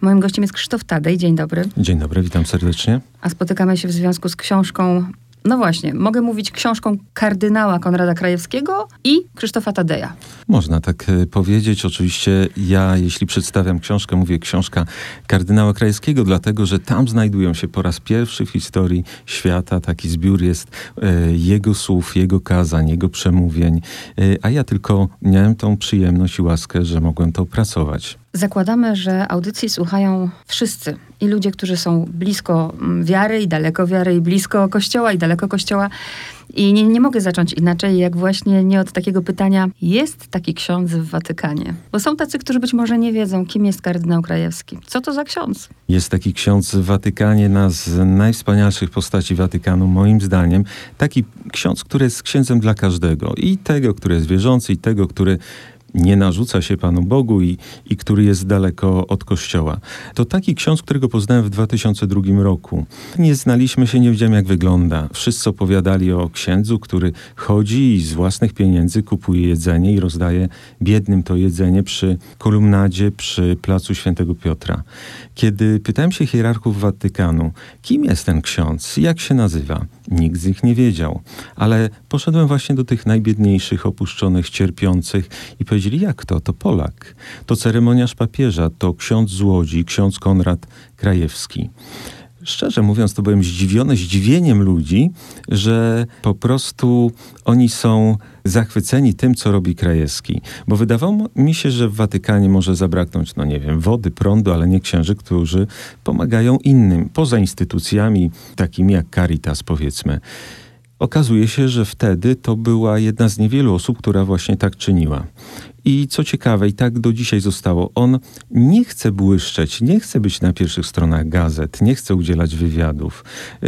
Moim gościem jest Krzysztof Tadej. Dzień dobry. Dzień dobry, witam serdecznie. A spotykamy się w związku z książką, no właśnie, mogę mówić książką kardynała Konrada Krajewskiego i Krzysztofa Tadeja. Można tak powiedzieć. Oczywiście ja, jeśli przedstawiam książkę, mówię książka kardynała Krajewskiego, dlatego, że tam znajdują się po raz pierwszy w historii świata taki zbiór jest jego słów, jego kazań, jego przemówień, a ja tylko miałem tą przyjemność i łaskę, że mogłem to opracować. Zakładamy, że audycji słuchają wszyscy. I ludzie, którzy są blisko wiary i daleko wiary, i blisko Kościoła i daleko Kościoła. I nie mogę zacząć inaczej, jak właśnie nie od takiego pytania, jest taki ksiądz w Watykanie? Bo są tacy, którzy być może nie wiedzą, kim jest kardynał Krajewski. Co to za ksiądz? Jest taki ksiądz w Watykanie, jedna z najwspanialszych postaci Watykanu, moim zdaniem. Taki ksiądz, który jest księdzem dla każdego. I tego, który jest wierzący, i tego, który nie narzuca się Panu Bogu i który jest daleko od Kościoła. To taki ksiądz, którego poznałem w 2002 roku. Nie znaliśmy się, nie wiedziałem jak wygląda. Wszyscy opowiadali o księdzu, który chodzi i z własnych pieniędzy kupuje jedzenie i rozdaje biednym to jedzenie przy kolumnadzie przy placu Świętego Piotra. Kiedy pytałem się hierarchów Watykanu, kim jest ten ksiądz, jak się nazywa, nikt z nich nie wiedział. Ale poszedłem właśnie do tych najbiedniejszych, opuszczonych, cierpiących i powiedzieli, jak to? To Polak. To ceremoniarz papieża, to ksiądz z Łodzi, ksiądz Konrad Krajewski. Szczerze mówiąc, to byłem zdziwiony zdziwieniem ludzi, że po prostu oni są zachwyceni tym, co robi Krajewski. Bo wydawało mi się, że w Watykanie może zabraknąć, no nie wiem, wody, prądu, ale nie księży, którzy pomagają innym, poza instytucjami takimi jak Caritas, powiedzmy. Okazuje się, że wtedy to była jedna z niewielu osób, która właśnie tak czyniła. I co ciekawe, i tak do dzisiaj zostało, on nie chce błyszczeć, nie chce być na pierwszych stronach gazet, nie chce udzielać wywiadów,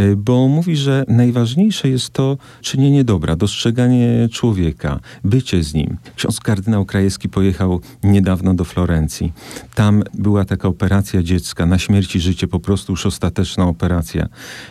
bo mówi, że najważniejsze jest to czynienie dobra, dostrzeganie człowieka, bycie z nim. Ksiądz kardynał Krajewski pojechał niedawno do Florencji. Tam była taka operacja dziecka, na śmierć i życie, po prostu już ostateczna operacja.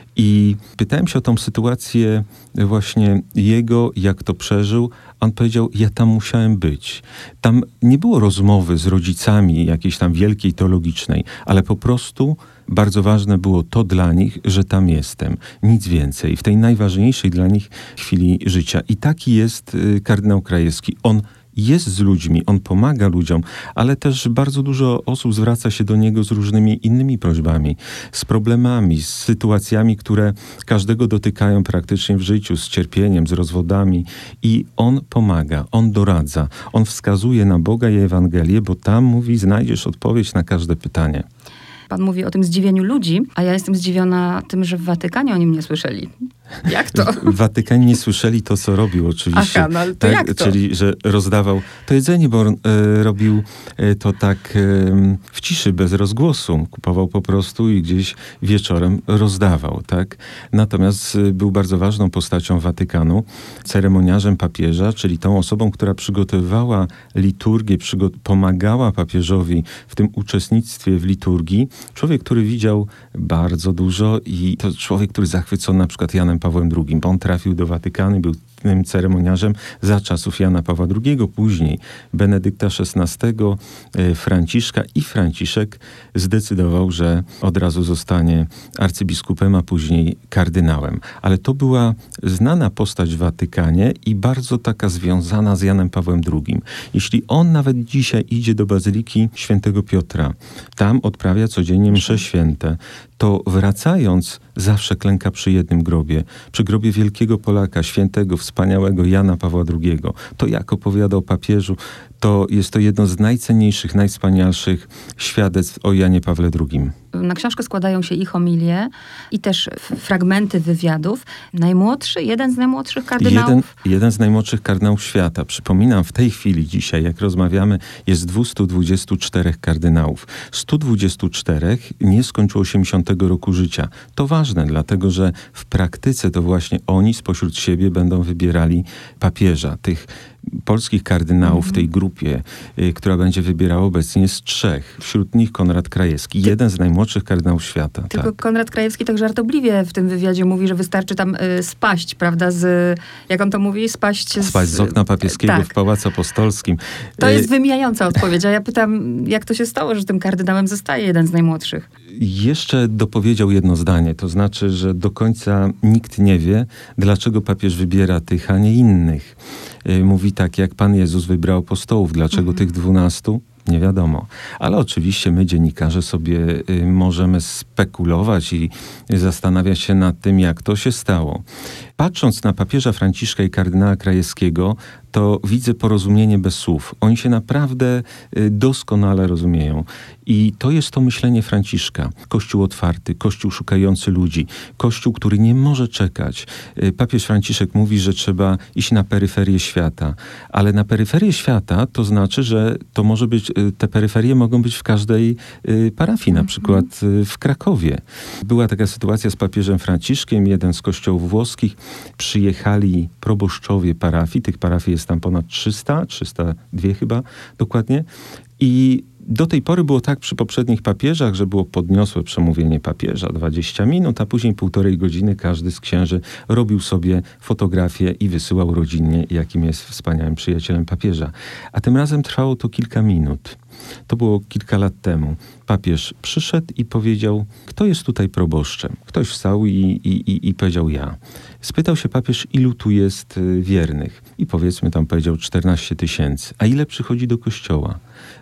I pytałem się o tą sytuację właśnie jego, jak to przeżył. On powiedział, ja tam musiałem być. Tam nie było rozmowy z rodzicami jakiejś tam wielkiej teologicznej, ale po prostu bardzo ważne było to dla nich, że tam jestem. Nic więcej. W tej najważniejszej dla nich chwili życia. I taki jest kardynał Krajewski. On jest z ludźmi, on pomaga ludziom, ale też bardzo dużo osób zwraca się do niego z różnymi innymi prośbami, z problemami, z sytuacjami, które każdego dotykają praktycznie w życiu, z cierpieniem, z rozwodami. I on pomaga, on doradza, on wskazuje na Boga i Ewangelię, bo tam mówi, znajdziesz odpowiedź na każde pytanie. Pan mówi o tym zdziwieniu ludzi, a ja jestem zdziwiona tym, że w Watykanie o nim nie słyszeli. Jak to? W Watykanie nie słyszeli to, co robił oczywiście. Aha, no ale to tak, jak to? Czyli, że rozdawał to jedzenie, bo robił to tak w ciszy, bez rozgłosu. Kupował po prostu i gdzieś wieczorem rozdawał, tak? Natomiast był bardzo ważną postacią Watykanu, ceremoniarzem papieża, czyli tą osobą, która przygotowywała liturgię, pomagała papieżowi w tym uczestnictwie w liturgii. Człowiek, który widział bardzo dużo i to człowiek, który zachwycał na przykład Janem Pawłem II, bo on trafił do Watykanu, był tym ceremoniarzem za czasów Jana Pawła II, później Benedykta XVI, Franciszka i Franciszek zdecydował, że od razu zostanie arcybiskupem, a później kardynałem. Ale to była znana postać w Watykanie i bardzo taka związana z Janem Pawłem II. Jeśli on nawet dzisiaj idzie do Bazyliki Świętego Piotra, tam odprawia codziennie msze święte, to wracając zawsze klęka przy jednym grobie, przy grobie wielkiego Polaka, świętego, wspaniałego Jana Pawła II. To jak opowiadał papieżu, to jest to jedno z najcenniejszych, najwspanialszych świadectw o Janie Pawle II. Na książkę składają się i homilie, i też fragmenty wywiadów. Najmłodszy, jeden z najmłodszych kardynałów? Jeden z najmłodszych kardynałów świata. Przypominam, w tej chwili, dzisiaj, jak rozmawiamy, jest 224 kardynałów. 124 nie skończyło 80 roku życia. To ważne, dlatego że w praktyce to właśnie oni spośród siebie będą wybierali papieża. Tych polskich kardynałów w tej grupie, która będzie wybierała obecnie, jest 3. Wśród nich Konrad Krajewski, jeden z najmłodszych kardynałów świata. Tylko Konrad Krajewski tak żartobliwie w tym wywiadzie mówi, że wystarczy tam spaść, prawda, jak on to mówi, spaść z okna papieskiego w Pałacu Apostolskim. To jest wymijająca odpowiedź, a ja pytam, jak to się stało, że tym kardynałem zostaje jeden z najmłodszych? Jeszcze dopowiedział jedno zdanie, to znaczy, że do końca nikt nie wie, dlaczego papież wybiera tych, a nie innych. Mówi tak, jak Pan Jezus wybrał apostołów, dlaczego tych 12? Nie wiadomo. Ale oczywiście my, dziennikarze, sobie możemy spekulować i zastanawiać się nad tym, jak to się stało. Patrząc na papieża Franciszka i kardynała Krajewskiego, to widzę porozumienie bez słów. Oni się naprawdę doskonale rozumieją. I to jest to myślenie Franciszka. Kościół otwarty, kościół szukający ludzi, kościół, który nie może czekać. Papież Franciszek mówi, że trzeba iść na peryferię świata. Ale na peryferię świata to znaczy, że to może być, te peryferie mogą być w każdej parafii, na przykład w Krakowie. Była taka sytuacja z papieżem Franciszkiem, jeden z kościołów włoskich. Przyjechali proboszczowie parafii, tych parafii jest tam ponad 302 chyba dokładnie. I do tej pory było tak przy poprzednich papieżach, że było podniosłe przemówienie papieża, 20 minut, a później 1,5 godziny każdy z księży robił sobie fotografię i wysyłał rodzinnie, jakim jest wspaniałym przyjacielem papieża. A tym razem trwało to kilka minut. To było kilka lat temu. Papież przyszedł i powiedział, kto jest tutaj proboszczem? Ktoś wstał i powiedział ja. Spytał się papież, ilu tu jest wiernych? I powiedzmy tam powiedział 14 000. A ile przychodzi do kościoła?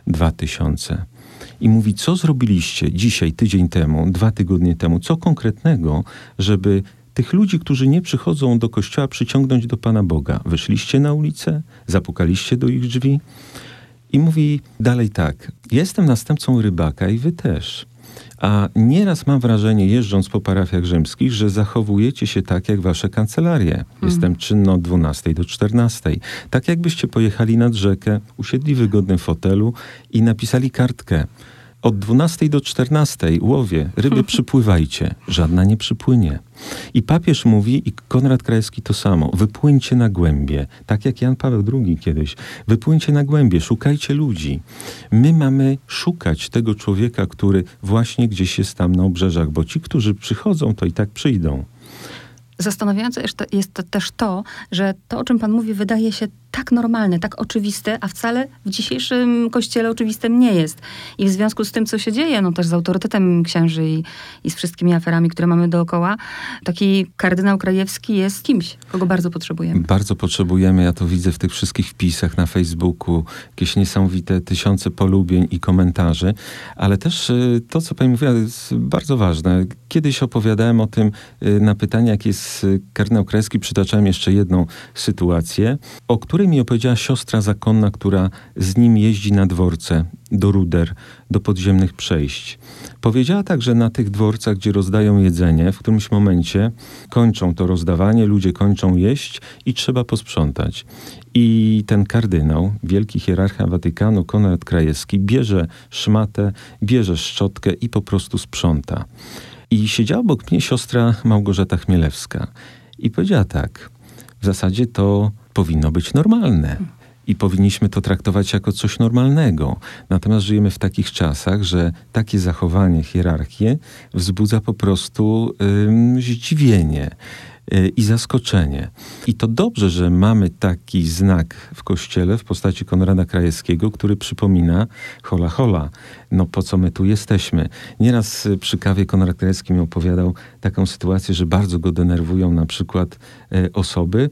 2000. I mówi, co zrobiliście dzisiaj, tydzień temu, 2 tygodnie temu, co konkretnego, żeby tych ludzi, którzy nie przychodzą do kościoła, przyciągnąć do Pana Boga? Wyszliście na ulicę? Zapukaliście do ich drzwi? I mówi dalej tak, jestem następcą Rybaka i wy też. A nieraz mam wrażenie, jeżdżąc po parafiach rzymskich, że zachowujecie się tak, jak wasze kancelarie. Jestem czynny od 12 do 14. Tak jakbyście pojechali nad rzekę, usiedli w wygodnym fotelu i napisali kartkę. Od 12 do 14 łowię, ryby przypływajcie. Żadna nie przypłynie. I papież mówi, i Konrad Krajewski to samo. Wypłyńcie na głębie. Tak jak Jan Paweł II kiedyś. Wypłyńcie na głębie, szukajcie ludzi. My mamy szukać tego człowieka, który właśnie gdzieś jest tam na obrzeżach, bo ci, którzy przychodzą, to i tak przyjdą. Zastanawiające jest też to, że to, o czym pan mówi, wydaje się tak normalne, tak oczywiste, a wcale w dzisiejszym kościele oczywistym nie jest. I w związku z tym, co się dzieje, no też z autorytetem księży i z wszystkimi aferami, które mamy dookoła, taki kardynał Krajewski jest kimś, kogo bardzo potrzebujemy. Bardzo potrzebujemy, ja to widzę w tych wszystkich wpisach na Facebooku, jakieś niesamowite 1000 polubień i komentarzy, ale też to, co pani mówiła, jest bardzo ważne. Kiedyś opowiadałem o tym na pytanie, jak jest kardynał Krajewski, przytaczałem jeszcze jedną sytuację, o której mi opowiedziała siostra zakonna, która z nim jeździ na dworce, do ruder, do podziemnych przejść. Powiedziała tak, że na tych dworcach, gdzie rozdają jedzenie, w którymś momencie kończą to rozdawanie, ludzie kończą jeść i trzeba posprzątać. I ten kardynał, wielki hierarcha Watykanu, Konrad Krajewski, bierze szmatę, bierze szczotkę i po prostu sprząta. I siedziała obok mnie siostra Małgorzata Chmielewska i powiedziała tak, w zasadzie to powinno być normalne i powinniśmy to traktować jako coś normalnego. Natomiast żyjemy w takich czasach, że takie zachowanie, hierarchię wzbudza po prostu zdziwienie i zaskoczenie. I to dobrze, że mamy taki znak w kościele w postaci Konrada Krajewskiego, który przypomina hola hola, no po co my tu jesteśmy. Nieraz przy kawie Konrad Krajewski mi opowiadał taką sytuację, że bardzo go denerwują na przykład osoby,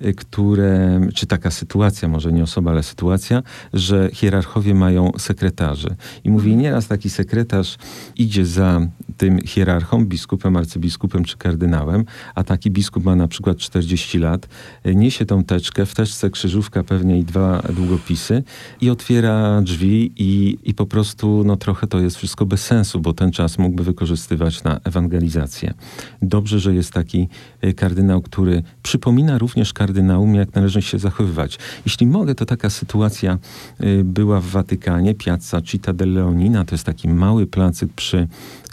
które, czy taka sytuacja, może nie osoba, ale sytuacja, że hierarchowie mają sekretarzy. I mówi, nieraz taki sekretarz idzie za tym hierarchą, biskupem, arcybiskupem czy kardynałem, a taki biskup ma na przykład 40 lat, niesie tą teczkę, w teczce krzyżówka pewnie i 2 długopisy i otwiera drzwi i po prostu no trochę to jest wszystko bez sensu, bo ten czas mógłby wykorzystywać na ewangelizację. Dobrze, że jest taki kardynał, który przypomina również kardynałom, jak należy się zachowywać. Jeśli mogę, to taka sytuacja była w Watykanie, Piazza Città del Leonina, to jest taki mały placyk przy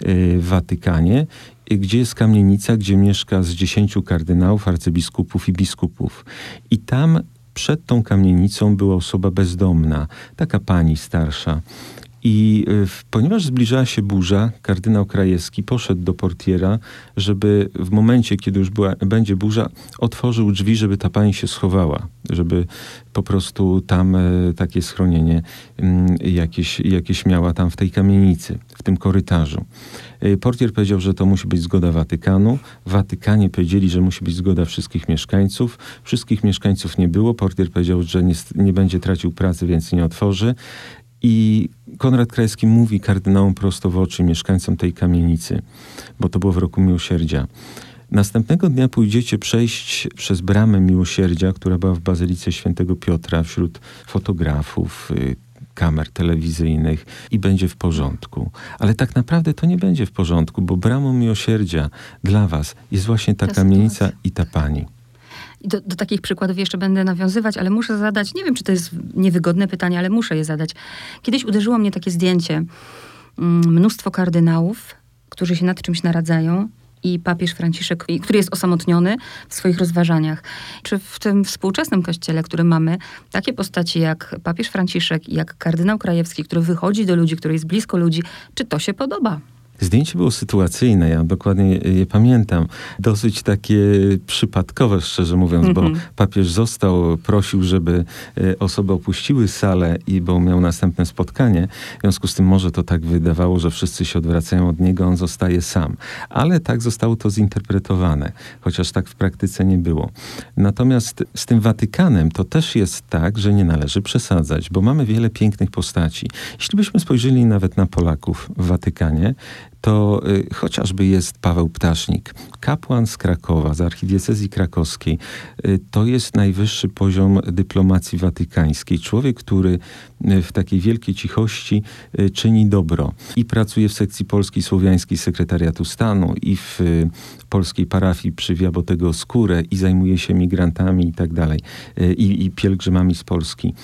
Watykanie, gdzie jest kamienica, gdzie mieszka z 10 kardynałów, arcybiskupów i biskupów. I tam przed tą kamienicą była osoba bezdomna, taka pani starsza. I ponieważ zbliżała się burza, kardynał Krajewski poszedł do portiera, żeby w momencie, kiedy już będzie burza, otworzył drzwi, żeby ta pani się schowała, żeby po prostu tam takie schronienie jakieś miała tam w tej kamienicy, w tym korytarzu. Portier powiedział, że to musi być zgoda Watykanu. W Watykanie powiedzieli, że musi być zgoda wszystkich mieszkańców. Wszystkich mieszkańców nie było. Portier powiedział, że nie będzie tracił pracy, więc nie otworzy. I Konrad Krajewski mówi kardynałom prosto w oczy, mieszkańcom tej kamienicy, bo to było w roku Miłosierdzia. Następnego dnia pójdziecie przejść przez bramę Miłosierdzia, która była w Bazylice Świętego Piotra, wśród fotografów, kamer telewizyjnych i będzie w porządku. Ale tak naprawdę to nie będzie w porządku, bo bramą Miłosierdzia dla was jest właśnie ta kamienica sytuacja. I ta pani. I do takich przykładów jeszcze będę nawiązywać, ale muszę zadać, nie wiem, czy to jest niewygodne pytanie, ale muszę je zadać. Kiedyś uderzyło mnie takie zdjęcie. Mnóstwo kardynałów, którzy się nad czymś naradzają i papież Franciszek, który jest osamotniony w swoich rozważaniach. Czy w tym współczesnym kościele, który mamy, takie postaci jak papież Franciszek i jak kardynał Krajewski, który wychodzi do ludzi, który jest blisko ludzi, czy to się podoba? Zdjęcie było sytuacyjne, ja dokładnie je pamiętam. Dosyć takie przypadkowe, szczerze mówiąc, bo papież prosił, żeby osoby opuściły salę, bo miał następne spotkanie. W związku z tym może to tak wydawało, że wszyscy się odwracają od niego, on zostaje sam. Ale tak zostało to zinterpretowane, chociaż tak w praktyce nie było. Natomiast z tym Watykanem to też jest tak, że nie należy przesadzać, bo mamy wiele pięknych postaci. Jeśli byśmy spojrzeli nawet na Polaków w Watykanie, to chociażby jest Paweł Ptasznik, kapłan z Krakowa, z archidiecezji krakowskiej. To jest najwyższy poziom dyplomacji watykańskiej. Człowiek, który w takiej wielkiej cichości czyni dobro i pracuje w sekcji polskiej słowiańskiej Sekretariatu Stanu i w polskiej parafii przywia tego skórę i zajmuje się migrantami i tak dalej, i pielgrzymami z Polski.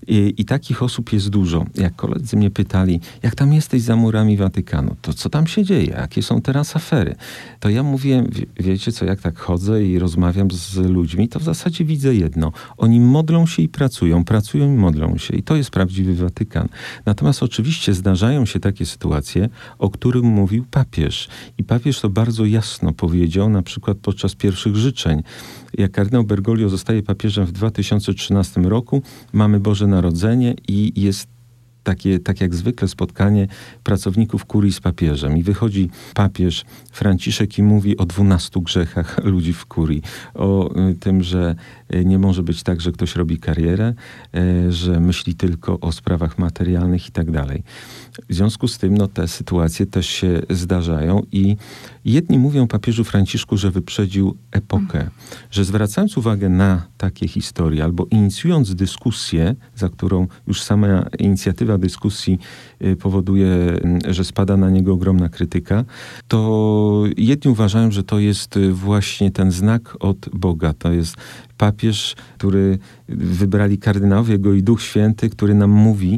I takich osób jest dużo. Jak koledzy mnie pytali, jak tam jesteś za murami Watykanu, to co tam się dzieje? Jakie są teraz afery? To ja mówię, wiecie co, jak tak chodzę i rozmawiam z ludźmi, to w zasadzie widzę jedno. Oni modlą się i pracują i modlą się. I to jest prawdziwy Watykan. Natomiast oczywiście zdarzają się takie sytuacje, o których mówił papież. I papież to bardzo jasno powiedział, na przykład podczas pierwszych życzeń. Jak kardynał Bergoglio zostaje papieżem w 2013 roku, mamy Boże Narodzenie i jest tak jak zwykle spotkanie pracowników kurii z papieżem. I wychodzi papież Franciszek i mówi o 12 grzechach ludzi w kurii. O tym, że nie może być tak, że ktoś robi karierę, że myśli tylko o sprawach materialnych i tak dalej. W związku z tym te sytuacje też się zdarzają i jedni mówią papieżu Franciszku, że wyprzedził epokę, że zwracając uwagę na takie historie albo inicjując dyskusję, za którą już sama inicjatywa dyskusji powoduje, że spada na niego ogromna krytyka, to jedni uważają, że to jest właśnie ten znak od Boga. To jest papież, który wybrali kardynałowie, jego i Duch Święty, który nam mówi,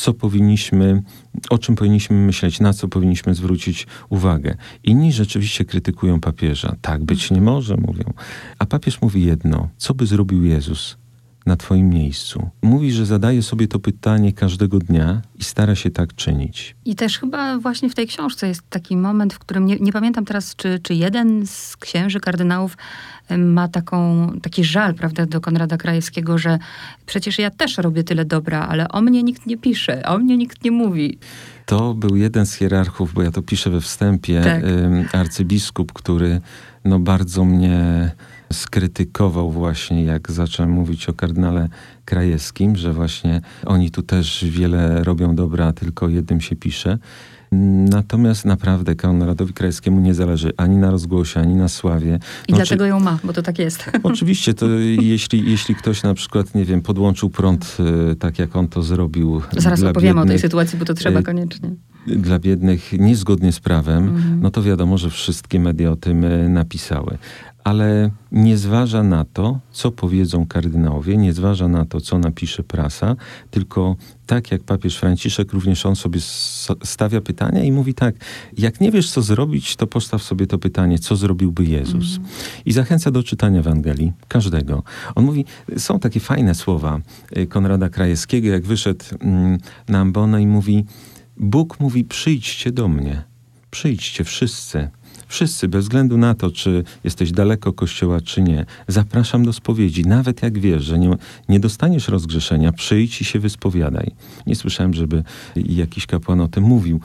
o czym powinniśmy myśleć, na co powinniśmy zwrócić uwagę. Inni rzeczywiście krytykują papieża. Tak być nie może, mówią. A papież mówi jedno. Co by zrobił Jezus na twoim miejscu? Mówi, że zadaje sobie to pytanie każdego dnia i stara się tak czynić. I też chyba właśnie w tej książce jest taki moment, w którym nie pamiętam teraz, czy jeden z księży, kardynałów ma taki żal, prawda, do Konrada Krajewskiego, że przecież ja też robię tyle dobra, ale o mnie nikt nie pisze, o mnie nikt nie mówi. To był jeden z hierarchów, bo ja to piszę we wstępie, tak. Arcybiskup, który bardzo mnie skrytykował właśnie, jak zacząłem mówić o kardynale Krajewskim, że właśnie oni tu też wiele robią dobra, a tylko jednym się pisze. Natomiast naprawdę Konradowi Krajewskiemu nie zależy ani na rozgłosie, ani na sławie. I dlatego ją ma, bo to tak jest. Oczywiście, to jeśli ktoś na przykład, nie wiem, podłączył prąd, tak jak on to zrobił. Zaraz opowiemy o tej sytuacji, bo to trzeba koniecznie. dla biednych niezgodnie z prawem, no to wiadomo, że wszystkie media o tym napisały. Ale nie zważa na to, co powiedzą kardynałowie, nie zważa na to, co napisze prasa, tylko tak jak papież Franciszek, również on sobie stawia pytania i mówi tak, jak nie wiesz, co zrobić, to postaw sobie to pytanie, co zrobiłby Jezus. I zachęca do czytania Ewangelii, każdego. On mówi, są takie fajne słowa Konrada Krajewskiego, jak wyszedł na ambonę i mówi, Bóg mówi, przyjdźcie do mnie, przyjdźcie wszyscy. Wszyscy, bez względu na to, czy jesteś daleko Kościoła, czy nie. Zapraszam do spowiedzi. Nawet jak wiesz, że nie dostaniesz rozgrzeszenia, przyjdź i się wyspowiadaj. Nie słyszałem, żeby jakiś kapłan o tym mówił.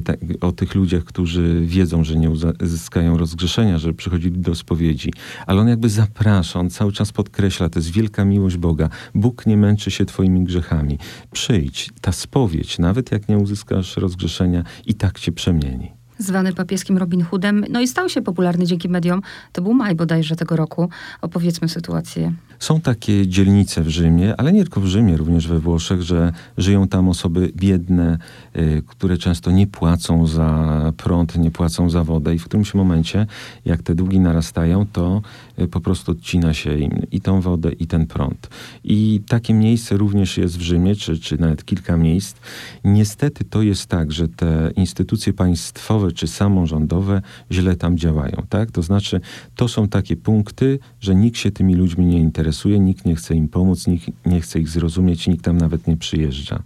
O tych ludziach, którzy wiedzą, że nie uzyskają rozgrzeszenia, że przychodzili do spowiedzi. Ale on jakby zaprasza, on cały czas podkreśla, to jest wielka miłość Boga. Bóg nie męczy się twoimi grzechami. Przyjdź, ta spowiedź, nawet jak nie uzyskasz rozgrzeszenia, i tak cię przemieni. Zwany papieskim Robin Hoodem. No i stał się popularny dzięki mediom. To był maj bodajże tego roku. Opowiedzmy sytuację. Są takie dzielnice w Rzymie, ale nie tylko w Rzymie, również we Włoszech, że żyją tam osoby biedne, które często nie płacą za prąd, nie płacą za wodę i w którymś momencie, jak te długi narastają, to po prostu odcina się im i tą wodę, i ten prąd. I takie miejsce również jest w Rzymie, czy nawet kilka miejsc. Niestety to jest tak, że te instytucje państwowe czy samorządowe źle tam działają, tak? To znaczy, to są takie punkty, że nikt się tymi ludźmi nie interesuje, nikt nie chce im pomóc, nikt nie chce ich zrozumieć, nikt tam nawet nie przyjeżdża.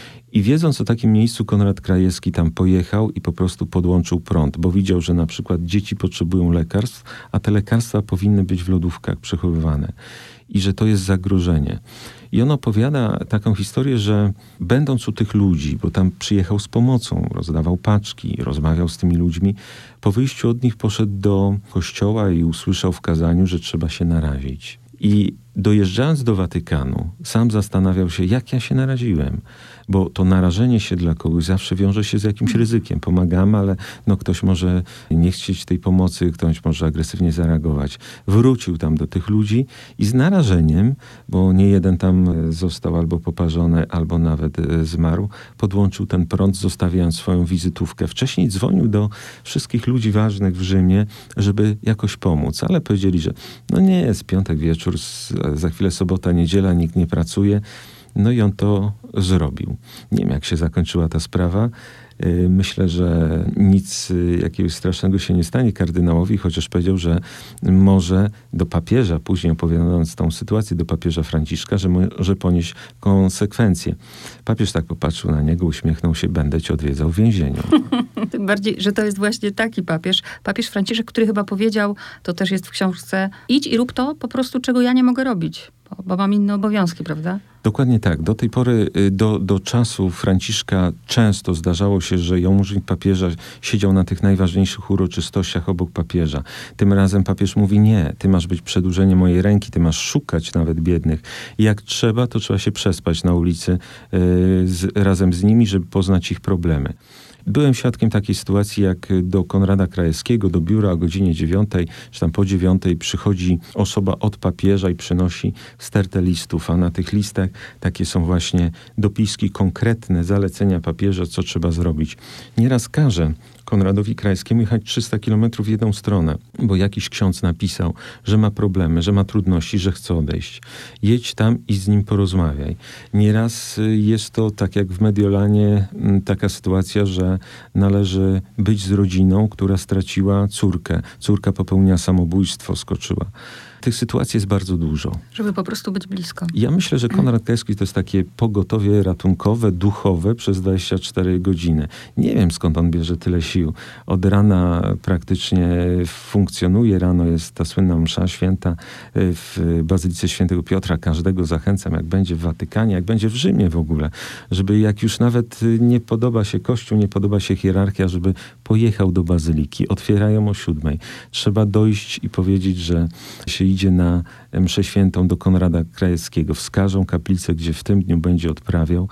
I wiedząc o takim miejscu, Konrad Krajewski tam pojechał i po prostu podłączył prąd, bo widział, że na przykład dzieci potrzebują lekarstw, a te lekarstwa powinny być w lodówkach przechowywane. I że to jest zagrożenie. I on opowiada taką historię, że będąc u tych ludzi, bo tam przyjechał z pomocą, rozdawał paczki, rozmawiał z tymi ludźmi, po wyjściu od nich poszedł do kościoła i usłyszał w kazaniu, że trzeba się narazić. I dojeżdżając do Watykanu, sam zastanawiał się, jak ja się naraziłem. Bo to narażenie się dla kogoś zawsze wiąże się z jakimś ryzykiem. Pomagamy, ale ktoś może nie chcieć tej pomocy, ktoś może agresywnie zareagować. Wrócił tam do tych ludzi i z narażeniem, bo nie jeden tam został albo poparzony, albo nawet zmarł, podłączył ten prąd, zostawiając swoją wizytówkę. Wcześniej dzwonił do wszystkich ludzi ważnych w Rzymie, żeby jakoś pomóc, ale powiedzieli, że nie, jest piątek wieczór, za chwilę sobota, niedziela, nikt nie pracuje. No i on to zrobił. Nie wiem, jak się zakończyła ta sprawa. Myślę, że nic jakiegoś strasznego się nie stanie kardynałowi, chociaż powiedział, że może do papieża, później opowiadając tą sytuację do papieża Franciszka, że może ponieść konsekwencje. Papież tak popatrzył na niego, uśmiechnął się, będę cię odwiedzał w więzieniu. Tym bardziej, że to jest właśnie taki papież. Papież Franciszek, który chyba powiedział, to też jest w książce, idź i rób to po prostu, czego ja nie mogę robić. Bo mam inne obowiązki, prawda? Dokładnie tak. Do tej pory, do czasu Franciszka często zdarzało się, że jałmużnik papieża siedział na tych najważniejszych uroczystościach obok papieża. Tym razem papież mówi, nie, ty masz być przedłużeniem mojej ręki, ty masz szukać nawet biednych. I jak trzeba, to trzeba się przespać na ulicy razem z nimi, żeby poznać ich problemy. Byłem świadkiem takiej sytuacji, jak do Konrada Krajewskiego, do biura o godzinie 9, czy tam po 9 przychodzi osoba od papieża i przynosi stertę listów, a na tych listach takie są właśnie dopiski, konkretne zalecenia papieża, co trzeba zrobić. Nieraz każe Konradowi Krajewskiemu jechać 300 kilometrów w jedną stronę, bo jakiś ksiądz napisał, że ma problemy, że ma trudności, że chce odejść. Jedź tam i z nim porozmawiaj. Nieraz jest to, tak jak w Mediolanie, taka sytuacja, że należy być z rodziną, która straciła córkę. Córka popełniła samobójstwo, skoczyła. Tych sytuacji jest bardzo dużo. Żeby po prostu być blisko. Ja myślę, że Konrad Krajewski to jest takie pogotowie ratunkowe, duchowe przez 24 godziny. Nie wiem, skąd on bierze tyle sił. Od rana praktycznie funkcjonuje. Rano jest ta słynna msza święta w Bazylice Świętego Piotra. Każdego zachęcam, jak będzie w Watykanie, jak będzie w Rzymie w ogóle, żeby jak już nawet nie podoba się Kościół, nie podoba się hierarchia, żeby pojechał do Bazyliki. Otwierają o 7. Trzeba dojść i powiedzieć, że się idzie na mszę świętą do Konrada Krajewskiego. Wskażą kaplicę, gdzie w tym dniu będzie odprawiał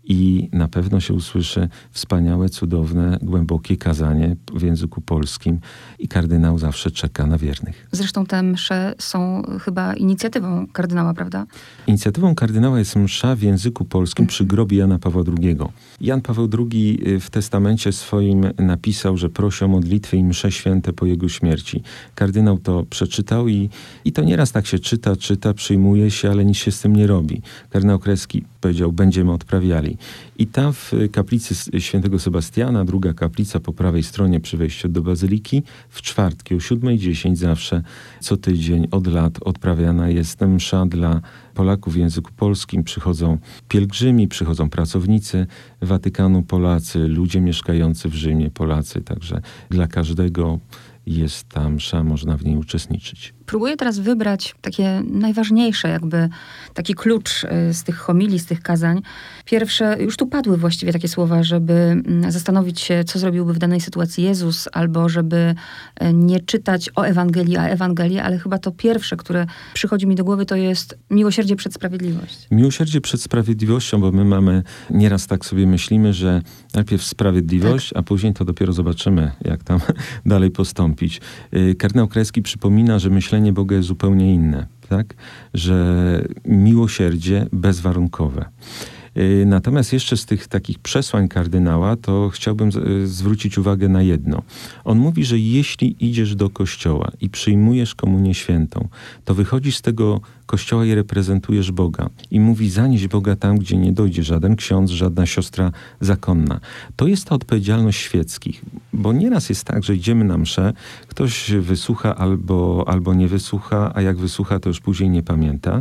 i na pewno się usłyszy wspaniałe, cudowne, głębokie kazanie w języku polskim i kardynał zawsze czeka na wiernych. Zresztą te msze są chyba inicjatywą kardynała, prawda? Inicjatywą kardynała jest msza w języku polskim przy grobie Jana Pawła II. Jan Paweł II w testamencie swoim napisał, że prosi o modlitwy i msze święte po jego śmierci. Kardynał to przeczytał i to nieraz tak się czyta, przyjmuje się, ale nic się z tym nie robi. Kardynał Krajewski powiedział, będziemy odprawiali. I tam w kaplicy świętego Sebastiana, druga kaplica po prawej stronie przy wejściu do bazyliki, w czwartki o 7:10 zawsze, co tydzień od lat odprawiana jest msza dla Polaków w języku polskim. Przychodzą pielgrzymi, przychodzą pracownicy Watykanu Polacy, ludzie mieszkający w Rzymie Polacy, także dla każdego jest ta msza, można w niej uczestniczyć. Próbuję teraz wybrać takie najważniejsze, jakby taki klucz z tych homilii, z tych kazań. Pierwsze, już tu padły właściwie takie słowa, żeby zastanowić się, co zrobiłby w danej sytuacji Jezus, albo żeby nie czytać o Ewangelii, a Ewangelię, ale chyba to pierwsze, które przychodzi mi do głowy, to jest miłosierdzie przed sprawiedliwość. Miłosierdzie przed sprawiedliwością, bo my mamy, nieraz tak sobie myślimy, że najpierw sprawiedliwość, a później to dopiero zobaczymy, jak tam dalej postąpić. Kardynał Krajewski przypomina, że myślenie Boga jest zupełnie inne, tak? Że miłosierdzie bezwarunkowe. Natomiast jeszcze z tych takich przesłań kardynała, to chciałbym zwrócić uwagę na jedno. On mówi, że jeśli idziesz do kościoła i przyjmujesz komunię świętą, to wychodzisz z tego kościoła i reprezentujesz Boga. I mówi, zanieś Boga tam, gdzie nie dojdzie żaden ksiądz, żadna siostra zakonna. To jest ta odpowiedzialność świeckich. Bo nieraz jest tak, że idziemy na mszę, ktoś wysłucha albo nie wysłucha, a jak wysłucha, to już później nie pamięta.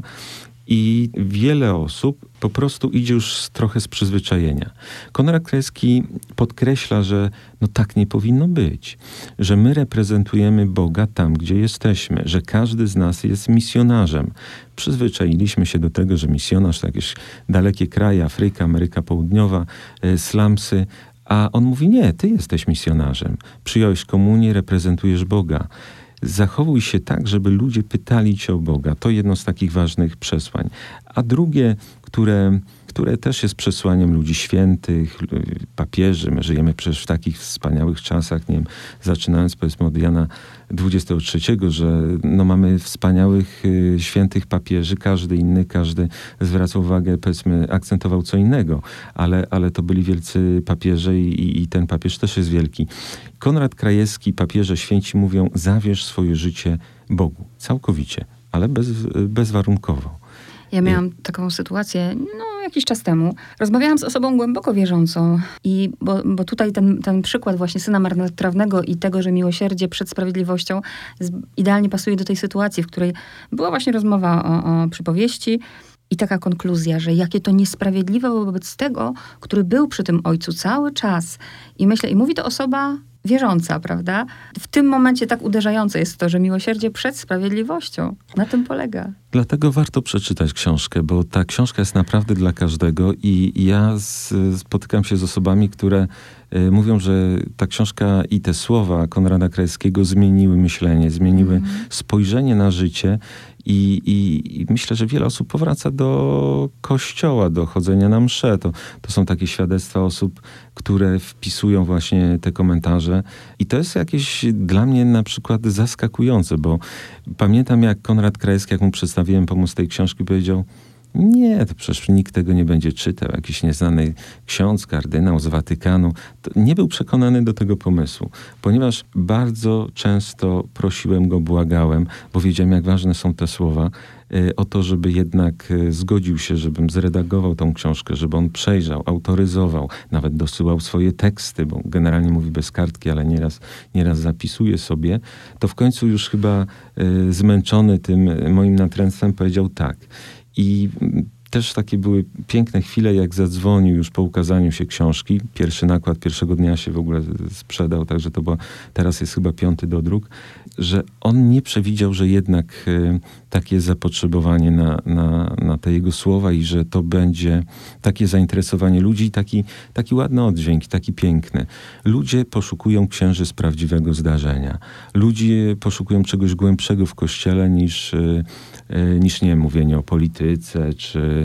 I wiele osób po prostu idzie już trochę z przyzwyczajenia. Konrad Krajewski podkreśla, że no tak nie powinno być. Że my reprezentujemy Boga tam, gdzie jesteśmy. Że każdy z nas jest misjonarzem. Przyzwyczailiśmy się do tego, że misjonarz to jakieś dalekie kraje, Afryka, Ameryka Południowa, slumsy. A on mówi, nie, ty jesteś misjonarzem. Przyjąłeś komunię, reprezentujesz Boga. Zachowuj się tak, żeby ludzie pytali cię o Boga. To jedno z takich ważnych przesłań. A drugie, które też jest przesłaniem ludzi świętych, papieży. My żyjemy przecież w takich wspaniałych czasach, nie wiem, zaczynając powiedzmy od Jana XXIII, że no mamy wspaniałych, świętych papieży, każdy zwracał uwagę, powiedzmy, akcentował co innego, ale to byli wielcy papieże i ten papież też jest wielki. Konrad Krajewski, papieże święci mówią, zawierz swoje życie Bogu, całkowicie, ale bezwarunkowo. Ja miałam taką sytuację, jakiś czas temu. Rozmawiałam z osobą głęboko wierzącą bo tutaj ten przykład właśnie syna marnotrawnego i tego, że miłosierdzie przed sprawiedliwością idealnie pasuje do tej sytuacji, w której była właśnie rozmowa o przypowieści i taka konkluzja, że jakie to niesprawiedliwe wobec tego, który był przy tym ojcu cały czas. I myślę, i mówi to osoba wierząca, prawda? W tym momencie tak uderzające jest to, że miłosierdzie przed sprawiedliwością. Na tym polega. Dlatego warto przeczytać książkę, bo ta książka jest naprawdę dla każdego i ja spotykam się z osobami, które mówią, że ta książka i te słowa Konrada Krajewskiego zmieniły myślenie, zmieniły spojrzenie na życie i myślę, że wiele osób powraca do kościoła, do chodzenia na msze. To są takie świadectwa osób, które wpisują właśnie te komentarze i to jest jakieś dla mnie na przykład zaskakujące, bo pamiętam jak Konrad Krajewski, jak mu przedstawiłem pomysł tej książki, powiedział, nie, to przecież nikt tego nie będzie czytał. Jakiś nieznany ksiądz, kardynał z Watykanu. To nie był przekonany do tego pomysłu, ponieważ bardzo często prosiłem go, błagałem, bo wiedziałem, jak ważne są te słowa, o to, żeby jednak zgodził się, żebym zredagował tą książkę, żeby on przejrzał, autoryzował, nawet dosyłał swoje teksty, bo generalnie mówi bez kartki, ale nieraz zapisuje sobie. To w końcu już chyba zmęczony tym moim natręctwem powiedział tak. I też takie były piękne chwile, jak zadzwonił już po ukazaniu się książki. Pierwszy nakład pierwszego dnia się w ogóle sprzedał, także to było, teraz jest chyba 5. dodruk, że on nie przewidział, że jednak takie zapotrzebowanie na te jego słowa i że to będzie takie zainteresowanie ludzi, taki ładny oddźwięk, taki piękny. Ludzie poszukują księży z prawdziwego zdarzenia. Ludzie poszukują czegoś głębszego w Kościele niż nie wiem, mówienie o polityce,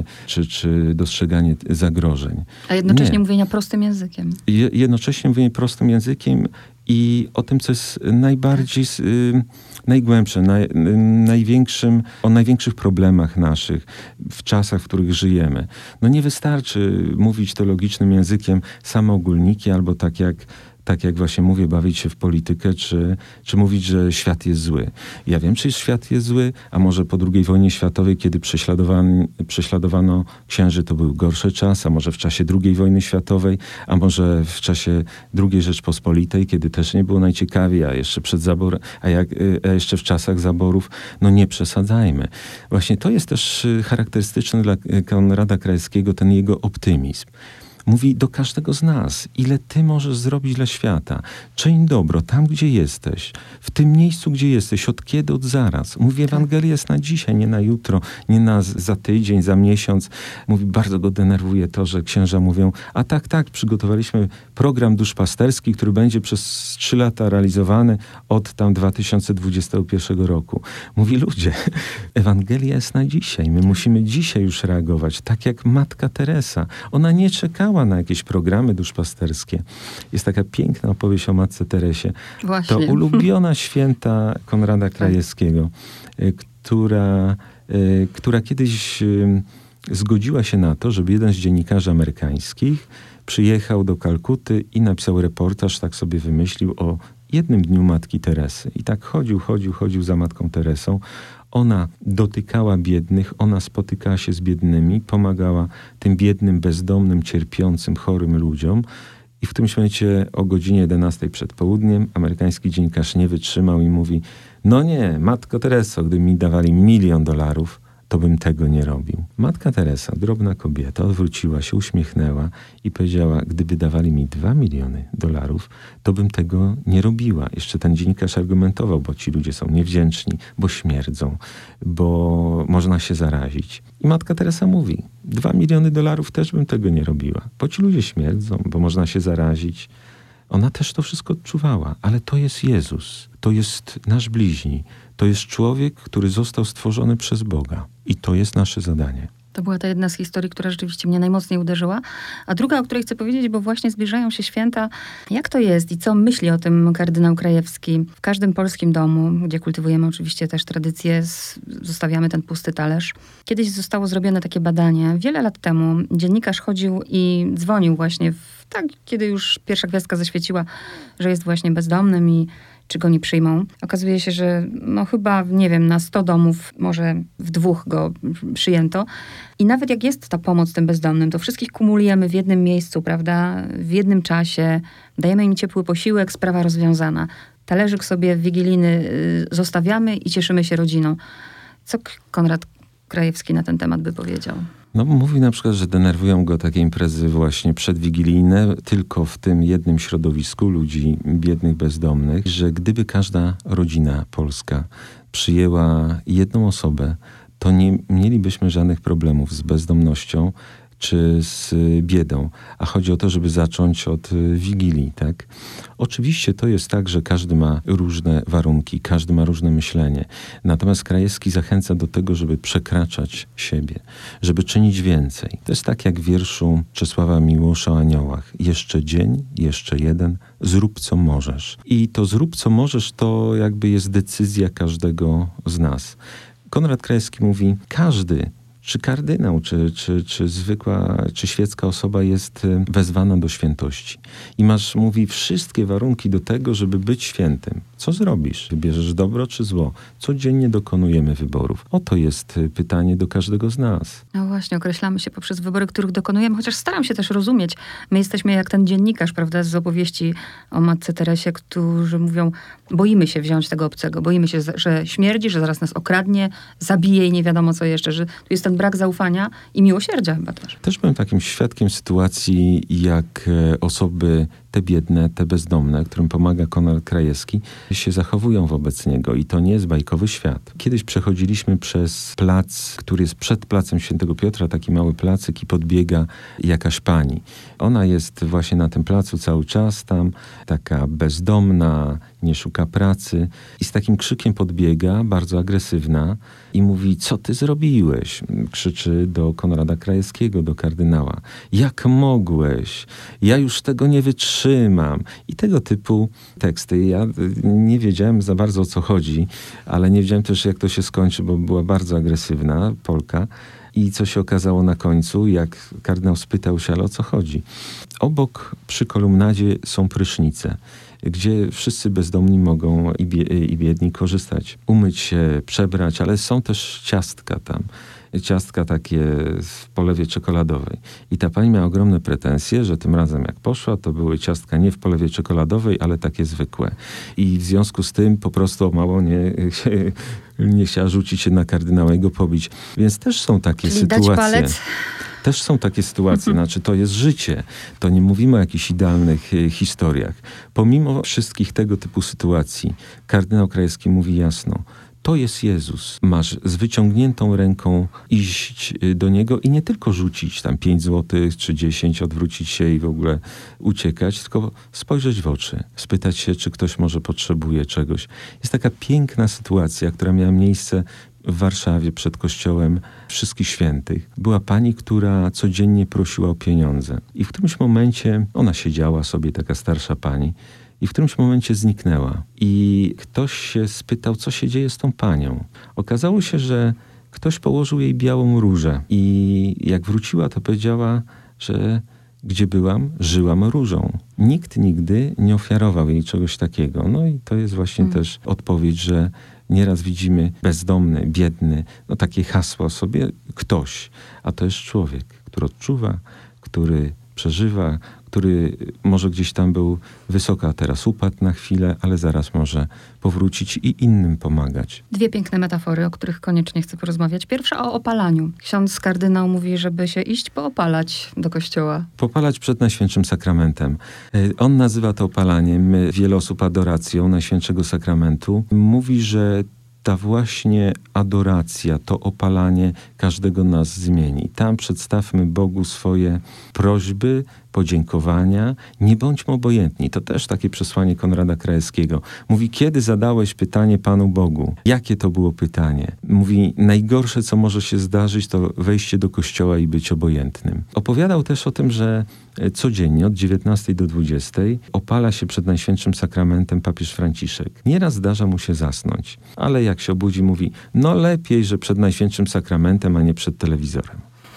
czy dostrzeganie zagrożeń. A jednocześnie mówienia prostym językiem. Jednocześnie mówienie prostym językiem i o tym, co jest najbardziej najgłębsze, o największych problemach naszych w czasach, w których żyjemy. No nie wystarczy mówić to logicznym językiem, same ogólniki, albo tak jak właśnie mówię, bawić się w politykę, czy mówić, że świat jest zły. Ja wiem, czy świat jest zły, a może po II wojnie światowej, kiedy prześladowano księży, to był gorszy czas, a może w czasie II wojny światowej, a może w czasie II Rzeczpospolitej, kiedy też nie było najciekawiej, a jeszcze w czasach zaborów, no nie przesadzajmy. Właśnie to jest też charakterystyczne dla Konrada Krajewskiego, ten jego optymizm. Mówi do każdego z nas, ile ty możesz zrobić dla świata. Czyń dobro tam, gdzie jesteś. W tym miejscu, gdzie jesteś. Od kiedy? Od zaraz. Mówi, Ewangelia jest na dzisiaj, nie na jutro, nie za tydzień, za miesiąc. Mówi, bardzo go denerwuje to, że księża mówią, a tak, przygotowaliśmy program duszpasterski, który będzie przez 3 lata realizowany od 2021 roku. Mówi, ludzie, Ewangelia jest na dzisiaj. My musimy dzisiaj już reagować. Tak jak Matka Teresa. Ona nie czekała na jakieś programy duszpasterskie. Jest taka piękna opowieść o Matce Teresie. Właśnie. To ulubiona święta Konrada Krajewskiego, która kiedyś zgodziła się na to, żeby jeden z dziennikarzy amerykańskich przyjechał do Kalkuty i napisał reportaż, tak sobie wymyślił, o jednym dniu Matki Teresy. I tak chodził za Matką Teresą. Ona dotykała biednych, ona spotykała się z biednymi, pomagała tym biednym, bezdomnym, cierpiącym, chorym ludziom. I w którymś momencie o godzinie 11 przed południem amerykański dziennikarz nie wytrzymał i mówi, no nie, Matko Tereso, gdyby mi dawali $1 milion, to bym tego nie robił. Matka Teresa, drobna kobieta, odwróciła się, uśmiechnęła i powiedziała, gdyby dawali mi $2 miliony, to bym tego nie robiła. Jeszcze ten dziennikarz argumentował, bo ci ludzie są niewdzięczni, bo śmierdzą, bo można się zarazić. I Matka Teresa mówi, $2 miliony też bym tego nie robiła, bo ci ludzie śmierdzą, bo można się zarazić. Ona też to wszystko odczuwała, ale to jest Jezus, to jest nasz bliźni, to jest człowiek, który został stworzony przez Boga. I to jest nasze zadanie. To była ta jedna z historii, która rzeczywiście mnie najmocniej uderzyła. A druga, o której chcę powiedzieć, bo właśnie zbliżają się święta. Jak to jest i co myśli o tym kardynał Krajewski? W każdym polskim domu, gdzie kultywujemy oczywiście też tradycję, zostawiamy ten pusty talerz. Kiedyś zostało zrobione takie badanie. Wiele lat temu dziennikarz chodził i dzwonił właśnie kiedy już pierwsza gwiazdka zaświeciła, że jest właśnie bezdomnym i czy go nie przyjmą. Okazuje się, że chyba, nie wiem, na 100 domów, może w 2 go przyjęto. I nawet jak jest ta pomoc tym bezdomnym, to wszystkich kumulujemy w jednym miejscu, prawda? W jednym czasie. Dajemy im ciepły posiłek, sprawa rozwiązana. Talerzyk sobie wigilijny zostawiamy i cieszymy się rodziną. Co Konrad Krajewski na ten temat by powiedział? Mówi na przykład, że denerwują go takie imprezy właśnie przedwigilijne, tylko w tym jednym środowisku ludzi biednych, bezdomnych, że gdyby każda rodzina polska przyjęła jedną osobę, to nie mielibyśmy żadnych problemów z bezdomnością czy z biedą. A chodzi o to, żeby zacząć od Wigilii, tak? Oczywiście to jest tak, że każdy ma różne warunki, każdy ma różne myślenie. Natomiast Krajewski zachęca do tego, żeby przekraczać siebie, żeby czynić więcej. To jest tak jak w wierszu Czesława Miłosza o aniołach. Jeszcze dzień, jeszcze jeden, zrób co możesz. I to zrób co możesz to jakby jest decyzja każdego z nas. Konrad Krajewski mówi, każdy, czy kardynał, czy zwykła, czy świecka osoba jest wezwana do świętości. I mówi, wszystkie warunki do tego, żeby być świętym. Co zrobisz? Wybierzesz dobro czy zło? Codziennie dokonujemy wyborów. Oto jest pytanie do każdego z nas. No właśnie, określamy się poprzez wybory, których dokonujemy, chociaż staram się też rozumieć. My jesteśmy jak ten dziennikarz, prawda, z opowieści o Matce Teresie, którzy mówią, boimy się wziąć tego obcego, boimy się, że śmierdzi, że zaraz nas okradnie, zabije i nie wiadomo co jeszcze, że tu jest ten brak zaufania i miłosierdzia chyba też. Też byłem takim świadkiem sytuacji, jak osoby te biedne, te bezdomne, którym pomaga Konrad Krajewski, się zachowują wobec niego i to nie jest bajkowy świat. Kiedyś przechodziliśmy przez plac, który jest przed placem Świętego Piotra, taki mały placyk i podbiega jakaś pani. Ona jest właśnie na tym placu cały czas tam, taka bezdomna, nie szuka pracy i z takim krzykiem podbiega, bardzo agresywna i mówi: co ty zrobiłeś? Krzyczy do Konrada Krajewskiego, do kardynała. Jak mogłeś? Ja już tego nie wytrzymam. I tego typu teksty. Ja nie wiedziałem za bardzo, o co chodzi, ale nie wiedziałem też, jak to się skończy, bo była bardzo agresywna Polka. I co się okazało na końcu, jak kardynał spytał się, ale o co chodzi? Obok przy kolumnadzie są prysznice, gdzie wszyscy bezdomni mogą i biedni korzystać. Umyć się, przebrać, ale są też ciastka tam. Ciastka takie w polewie czekoladowej. I ta pani miała ogromne pretensje, że tym razem jak poszła, to były ciastka nie w polewie czekoladowej, ale takie zwykłe. I w związku z tym po prostu o mało nie chciała rzucić się na kardynała i go pobić. Więc też są takie sytuacje. Dać palec? Też są takie sytuacje, znaczy to jest życie. To nie mówimy o jakichś idealnych historiach. Pomimo wszystkich tego typu sytuacji, kardynał Krajewski mówi jasno: to jest Jezus. Masz z wyciągniętą ręką iść do Niego i nie tylko rzucić tam 5 złotych czy 10, odwrócić się i w ogóle uciekać, tylko spojrzeć w oczy, spytać się, czy ktoś może potrzebuje czegoś. Jest taka piękna sytuacja, która miała miejsce w Warszawie przed kościołem Wszystkich Świętych. Była pani, która codziennie prosiła o pieniądze. I w którymś momencie ona siedziała sobie, taka starsza pani, i w którymś momencie zniknęła. I ktoś się spytał, co się dzieje z tą panią. Okazało się, że ktoś położył jej białą różę. I jak wróciła, to powiedziała, że gdzie byłam, żyłam różą. Nikt nigdy nie ofiarował jej czegoś takiego. No i to jest właśnie też odpowiedź, że nieraz widzimy bezdomny, biedny, no takie hasło sobie, ktoś. A to jest człowiek, który odczuwa, który przeżywa, który może gdzieś tam był wysoko, a teraz upadł na chwilę, ale zaraz może powrócić i innym pomagać. 2 piękne metafory, o których koniecznie chcę porozmawiać. Pierwsza o opalaniu. Ksiądz kardynał mówi, żeby się iść poopalać do kościoła. Popalać przed Najświętszym Sakramentem. On nazywa to opalaniem, wiele osób adoracją Najświętszego Sakramentu. Mówi, że ta właśnie adoracja, to opalanie każdego nas zmieni. Tam przedstawmy Bogu swoje prośby, podziękowania. Nie bądźmy obojętni. To też takie przesłanie Konrada Krajewskiego. Mówi, kiedy zadałeś pytanie Panu Bogu? Jakie to było pytanie? Mówi, najgorsze, co może się zdarzyć, to wejście do kościoła i być obojętnym. Opowiadał też o tym, że codziennie od 19 do 20 opala się przed Najświętszym Sakramentem papież Franciszek. Nieraz zdarza mu się zasnąć, ale jak się obudzi, mówi, no lepiej, że przed Najświętszym Sakramentem, a nie przed telewizorem.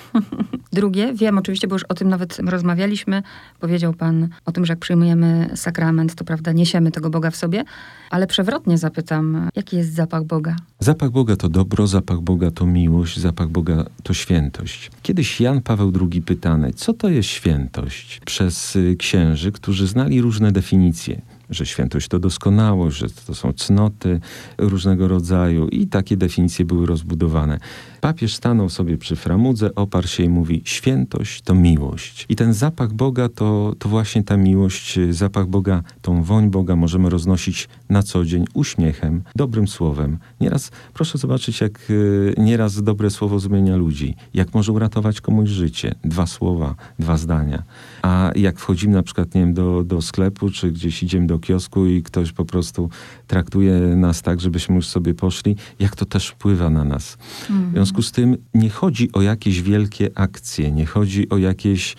Drugie, wiem oczywiście, bo już o tym nawet rozmawialiśmy. Powiedział pan o tym, że jak przyjmujemy sakrament, to prawda, niesiemy tego Boga w sobie, ale przewrotnie zapytam, jaki jest zapach Boga? Zapach Boga to dobro, zapach Boga to miłość, zapach Boga to świętość. Kiedyś Jan Paweł II pytany, co to jest świętość? Przez księży, którzy znali różne definicje. Że świętość to doskonałość, że to są cnoty różnego rodzaju i takie definicje były rozbudowane. Papież stanął sobie przy framudze, oparł się i mówi, świętość to miłość. I ten zapach Boga to właśnie ta miłość, zapach Boga, tą woń Boga możemy roznosić na co dzień uśmiechem, dobrym słowem. Nieraz, proszę zobaczyć, jak nieraz dobre słowo zmienia ludzi, jak może uratować komuś życie. 2 słowa, 2 zdania. A jak wchodzimy na przykład, nie wiem, do sklepu, czy gdzieś idziemy do kiosku i ktoś po prostu traktuje nas tak, żebyśmy już sobie poszli, jak to też wpływa na nas. W związku z tym nie chodzi o jakieś wielkie akcje, nie chodzi o jakieś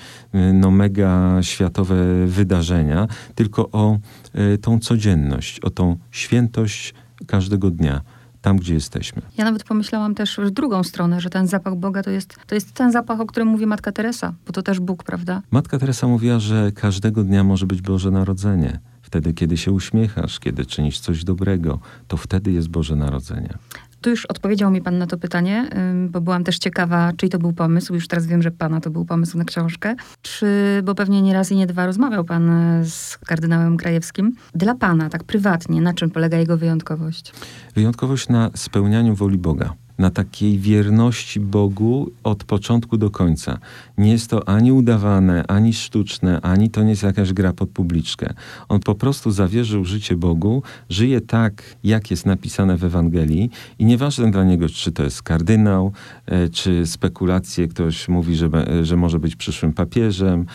mega światowe wydarzenia, tylko o tą codzienność, o tą świętość każdego dnia. Tam, gdzie jesteśmy. Ja nawet pomyślałam też w drugą stronę, że ten zapach Boga to jest ten zapach, o którym mówi Matka Teresa, bo to też Bóg, prawda? Matka Teresa mówiła, że każdego dnia może być Boże Narodzenie. Wtedy, kiedy się uśmiechasz, kiedy czynisz coś dobrego, to wtedy jest Boże Narodzenie. Tu już odpowiedział mi pan na to pytanie, bo byłam też ciekawa, czyj to był pomysł. Już teraz wiem, że pana to był pomysł na książkę. Bo pewnie nie raz i nie 2 rozmawiał pan z kardynałem Krajewskim. Dla pana, tak prywatnie, na czym polega jego wyjątkowość? Wyjątkowość na spełnianiu woli Boga. na takiej wierności Bogu od początku do końca. Nie jest to ani udawane, ani sztuczne, ani to nie jest jakaś gra pod publiczkę. On po prostu zawierzył życie Bogu, żyje tak, jak jest napisane w Ewangelii i nieważne dla niego, czy to jest kardynał, czy spekulacje, ktoś mówi, że może być przyszłym papieżem,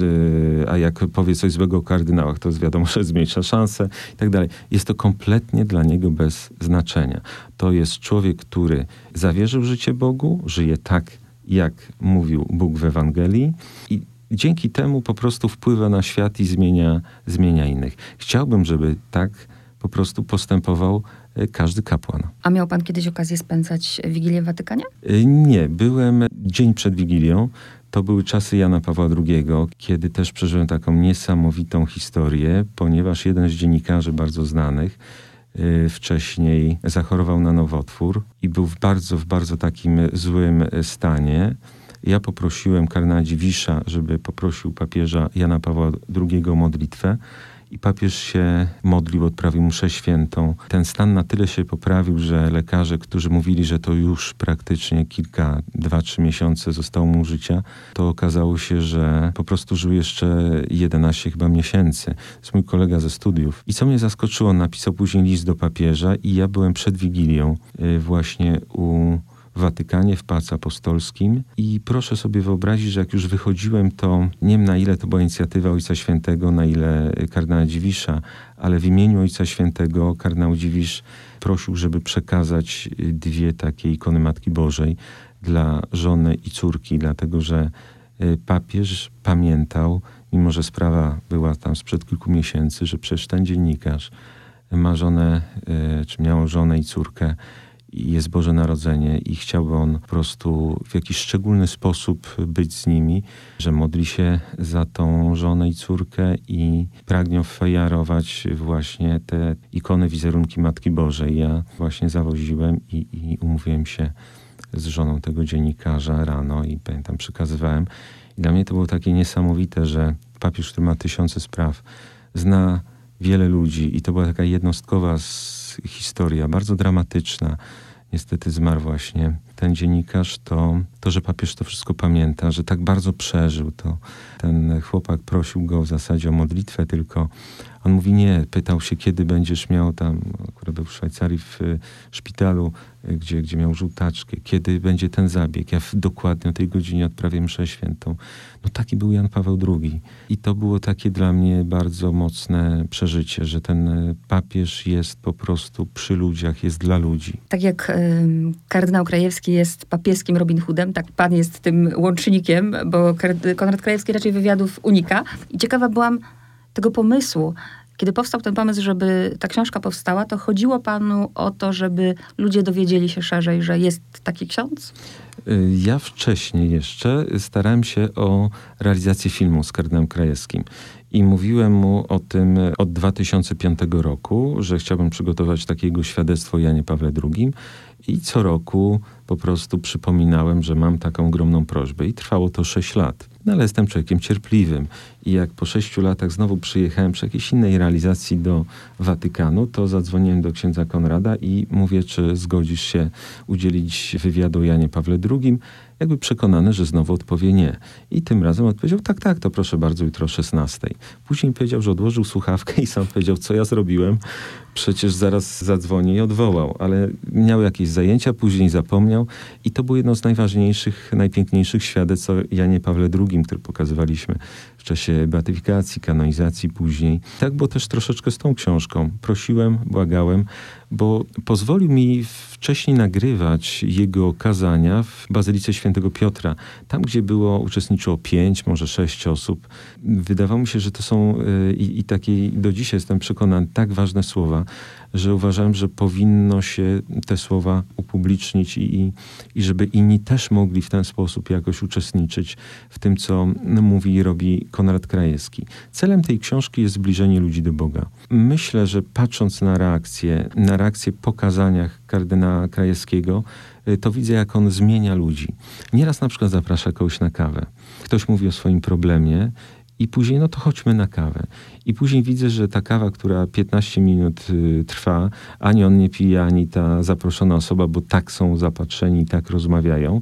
a jak powie coś złego o kardynałach, to wiadomo, że zmniejsza szanse i tak dalej. Jest to kompletnie dla niego bez znaczenia. To jest człowiek, który zawierzył życie Bogu, żyje tak, jak mówił Bóg w Ewangelii i dzięki temu po prostu wpływa na świat i zmienia innych. Chciałbym, żeby tak po prostu postępował każdy kapłan. A miał pan kiedyś okazję spędzać Wigilię w Watykanie? Nie, byłem dzień przed Wigilią. To były czasy Jana Pawła II, kiedy też przeżyłem taką niesamowitą historię, ponieważ jeden z dziennikarzy bardzo znanych wcześniej zachorował na nowotwór i był w bardzo takim złym stanie. Ja poprosiłem kardynała Dziwisza, żeby poprosił papieża Jana Pawła II o modlitwę i papież się modlił, odprawił mszę świętą. Ten stan na tyle się poprawił, że lekarze, którzy mówili, że to już praktycznie 2-3 miesiące zostało mu życia, to okazało się, że po prostu żył jeszcze 11 chyba miesięcy. To jest mój kolega ze studiów. I co mnie zaskoczyło, napisał później list do papieża i ja byłem przed Wigilią właśnie w Watykanie, w Pałacu Apostolskim i proszę sobie wyobrazić, że jak już wychodziłem, to nie wiem, na ile to była inicjatywa Ojca Świętego, na ile kardynała Dziwisza, ale w imieniu Ojca Świętego kardynał Dziwisz prosił, żeby przekazać 2 takie ikony Matki Bożej dla żony i córki, dlatego że papież pamiętał, mimo że sprawa była tam sprzed kilku miesięcy, że przecież ten dziennikarz ma żonę, czy miał żonę i córkę, i jest Boże Narodzenie i chciałby on po prostu w jakiś szczególny sposób być z nimi, że modli się za tą żonę i córkę i pragnie ofiarować właśnie te ikony, wizerunki Matki Bożej. Ja właśnie zawoziłem i umówiłem się z żoną tego dziennikarza rano i pamiętam, przekazywałem. I dla mnie to było takie niesamowite, że papież, który ma 1000 spraw, zna wiele ludzi i to była taka jednostkowa historia, bardzo dramatyczna. Niestety zmarł właśnie ten dziennikarz, to, że papież to wszystko pamięta, że tak bardzo przeżył to. Ten chłopak prosił go w zasadzie o modlitwę, tylko on mówi nie, pytał się, kiedy będziesz miał tam, akurat był w Szwajcarii w szpitalu, gdzie miał żółtaczkę, kiedy będzie ten zabieg. Ja dokładnie o tej godzinie odprawię mszę świętą. No taki był Jan Paweł II. I to było takie dla mnie bardzo mocne przeżycie, że ten papież jest po prostu przy ludziach, jest dla ludzi. Tak jak kardynał Krajewski jest papieskim Robin Hoodem, tak pan jest tym łącznikiem, bo Konrad Krajewski raczej wywiadów unika. I ciekawa byłam tego pomysłu. Kiedy powstał ten pomysł, żeby ta książka powstała, to chodziło panu o to, żeby ludzie dowiedzieli się szerzej, że jest taki ksiądz? Ja wcześniej jeszcze starałem się o realizację filmu z kardynałem Krajewskim. I mówiłem mu o tym od 2005 roku, że chciałbym przygotować takiego świadectwo o Janie Pawle II. I co roku po prostu przypominałem, że mam taką ogromną prośbę. I trwało to 6 lat. No ale jestem człowiekiem cierpliwym. I jak po 6 latach znowu przyjechałem przy jakiejś innej realizacji do Watykanu, to zadzwoniłem do księdza Konrada i mówię, czy zgodzisz się udzielić wywiadu o Janie Pawle II. Jakby przekonany, że znowu odpowie nie. I tym razem odpowiedział, tak, to proszę bardzo, jutro o 16:00. Później powiedział, że odłożył słuchawkę i sam powiedział, co ja zrobiłem. Przecież zaraz zadzwonię i odwołał. Ale miał jakieś zajęcia, później zapomniał. I to było jedno z najważniejszych, najpiękniejszych świadectw o Janie Pawle II, które pokazywaliśmy w czasie beatyfikacji, kanonizacji później. Tak było też troszeczkę z tą książką. Prosiłem, błagałem, bo pozwolił mi wcześniej nagrywać jego kazania w Bazylice Świętego Piotra. Tam, gdzie uczestniczyło 5, może 6 osób. Wydawało mi się, że to są i takie do dzisiaj jestem przekonany, tak ważne słowa, że uważałem, że powinno się te słowa upublicznić i żeby inni też mogli w ten sposób jakoś uczestniczyć w tym, co mówi i robi Konrad Krajewski. Celem tej książki jest zbliżenie ludzi do Boga. Myślę, że patrząc na reakcje po kazaniach kardynała Krajewskiego, to widzę, jak on zmienia ludzi. Nieraz na przykład zaprasza kogoś na kawę. Ktoś mówi o swoim problemie I później, no to chodźmy na kawę. I później widzę, że ta kawa, która 15 minut trwa, ani on nie pije, ani ta zaproszona osoba, bo tak są zapatrzeni i tak rozmawiają,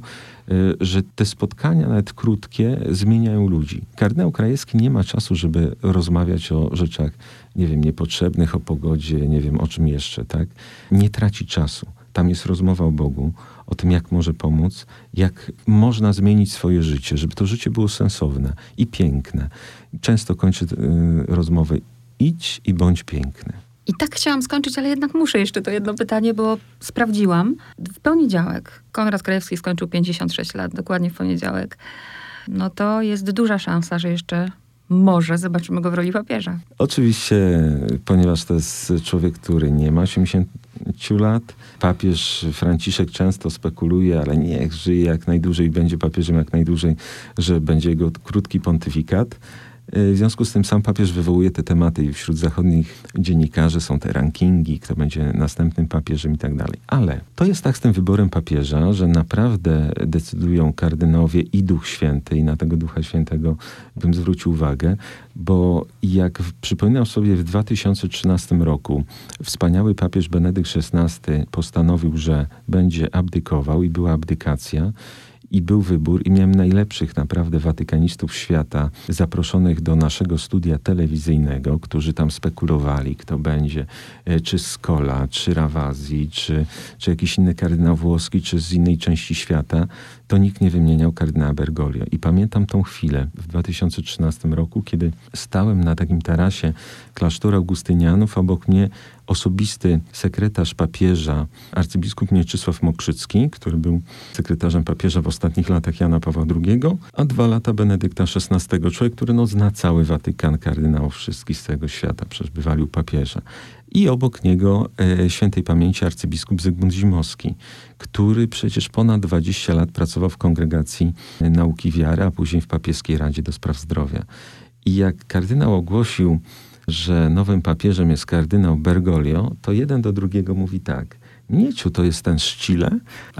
że te spotkania, nawet krótkie, zmieniają ludzi. Kardynał Krajewski nie ma czasu, żeby rozmawiać o rzeczach, nie wiem, niepotrzebnych, o pogodzie, nie wiem, o czym jeszcze, tak? Nie traci czasu. Tam jest rozmowa o Bogu, o tym, jak może pomóc, jak można zmienić swoje życie, żeby to życie było sensowne i piękne. Często kończę rozmowę: idź i bądź piękny. I tak chciałam skończyć, ale jednak muszę jeszcze to jedno pytanie, bo sprawdziłam. W poniedziałek Konrad Krajewski skończył 56 lat, dokładnie w poniedziałek. No to jest duża szansa, że jeszcze może zobaczymy go w roli papieża. Oczywiście, ponieważ to jest człowiek, który nie ma 80 lat. Papież Franciszek często spekuluje, ale niech żyje jak najdłużej, będzie papieżem jak najdłużej, że będzie jego krótki pontyfikat. W związku z tym sam papież wywołuje te tematy i wśród zachodnich dziennikarzy są te rankingi, kto będzie następnym papieżem i tak dalej. Ale to jest tak z tym wyborem papieża, że naprawdę decydują kardynałowie i Duch Święty, i na tego Ducha Świętego bym zwrócił uwagę, bo jak przypominam sobie, w 2013 roku wspaniały papież Benedykt XVI postanowił, że będzie abdykował i była abdykacja. I był wybór i miałem najlepszych naprawdę watykanistów świata zaproszonych do naszego studia telewizyjnego, którzy tam spekulowali, kto będzie, czy Scola, czy Ravasi, czy jakiś inny kardynał włoski, czy z innej części świata. To nikt nie wymieniał kardynała Bergoglio. I pamiętam tą chwilę w 2013 roku, kiedy stałem na takim tarasie klasztoru Augustynianów, obok mnie osobisty sekretarz papieża, arcybiskup Mieczysław Mokrzycki, który był sekretarzem papieża w ostatnich latach Jana Pawła II, a 2 lata Benedykta XVI. Człowiek, który zna cały Watykan, kardynałów wszystkich z całego świata, przecież bywali u papieża. I obok niego świętej pamięci arcybiskup Zygmunt Zimowski, który przecież ponad 20 lat pracował w Kongregacji Nauki Wiary, a później w Papieskiej Radzie do Spraw Zdrowia. I jak kardynał ogłosił, że nowym papieżem jest kardynał Bergoglio, to jeden do drugiego mówi tak: Mieciu, to jest ten z Chile?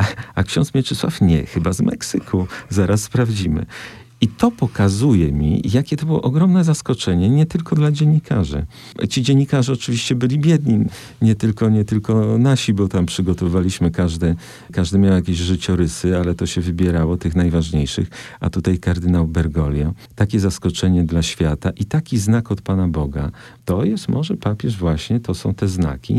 A ksiądz Mieczysław: nie, chyba z Meksyku. Zaraz sprawdzimy. I to pokazuje mi, jakie to było ogromne zaskoczenie, nie tylko dla dziennikarzy. Ci dziennikarze oczywiście byli biedni, nie tylko nasi, bo tam przygotowywaliśmy, każdy miał jakieś życiorysy, ale to się wybierało tych najważniejszych, a tutaj kardynał Bergoglio. Takie zaskoczenie dla świata i taki znak od Pana Boga. To jest może papież właśnie, to są te znaki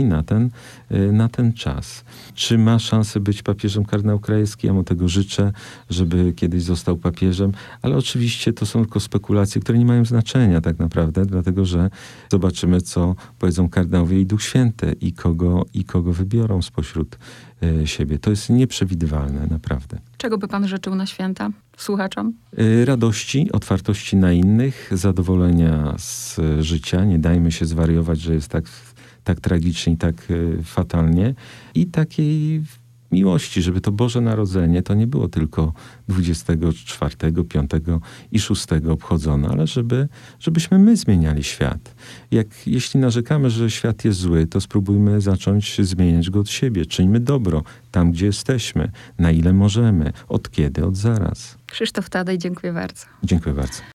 na ten czas. Czy ma szansę być papieżem kardynał Krajewski? Ja mu tego życzę, żeby kiedyś został papieżem, ale oczywiście to są tylko spekulacje, które nie mają znaczenia tak naprawdę, dlatego że zobaczymy, co powiedzą kardynałowie i Duch Święty i kogo wybiorą spośród siebie. To jest nieprzewidywalne, naprawdę. Czego by pan życzył na święta słuchaczom? Radości, otwartości na innych, zadowolenia z życia. Nie dajmy się zwariować, że jest tak tragicznie i tak fatalnie. I takiej miłości, żeby to Boże Narodzenie to nie było tylko 24, 5 i 6 obchodzone, ale żebyśmy my zmieniali świat. Jeśli narzekamy, że świat jest zły, to spróbujmy zacząć zmieniać go od siebie. Czyńmy dobro tam, gdzie jesteśmy, na ile możemy, od kiedy, od zaraz. Krzysztof Tadej, dziękuję bardzo. Dziękuję bardzo.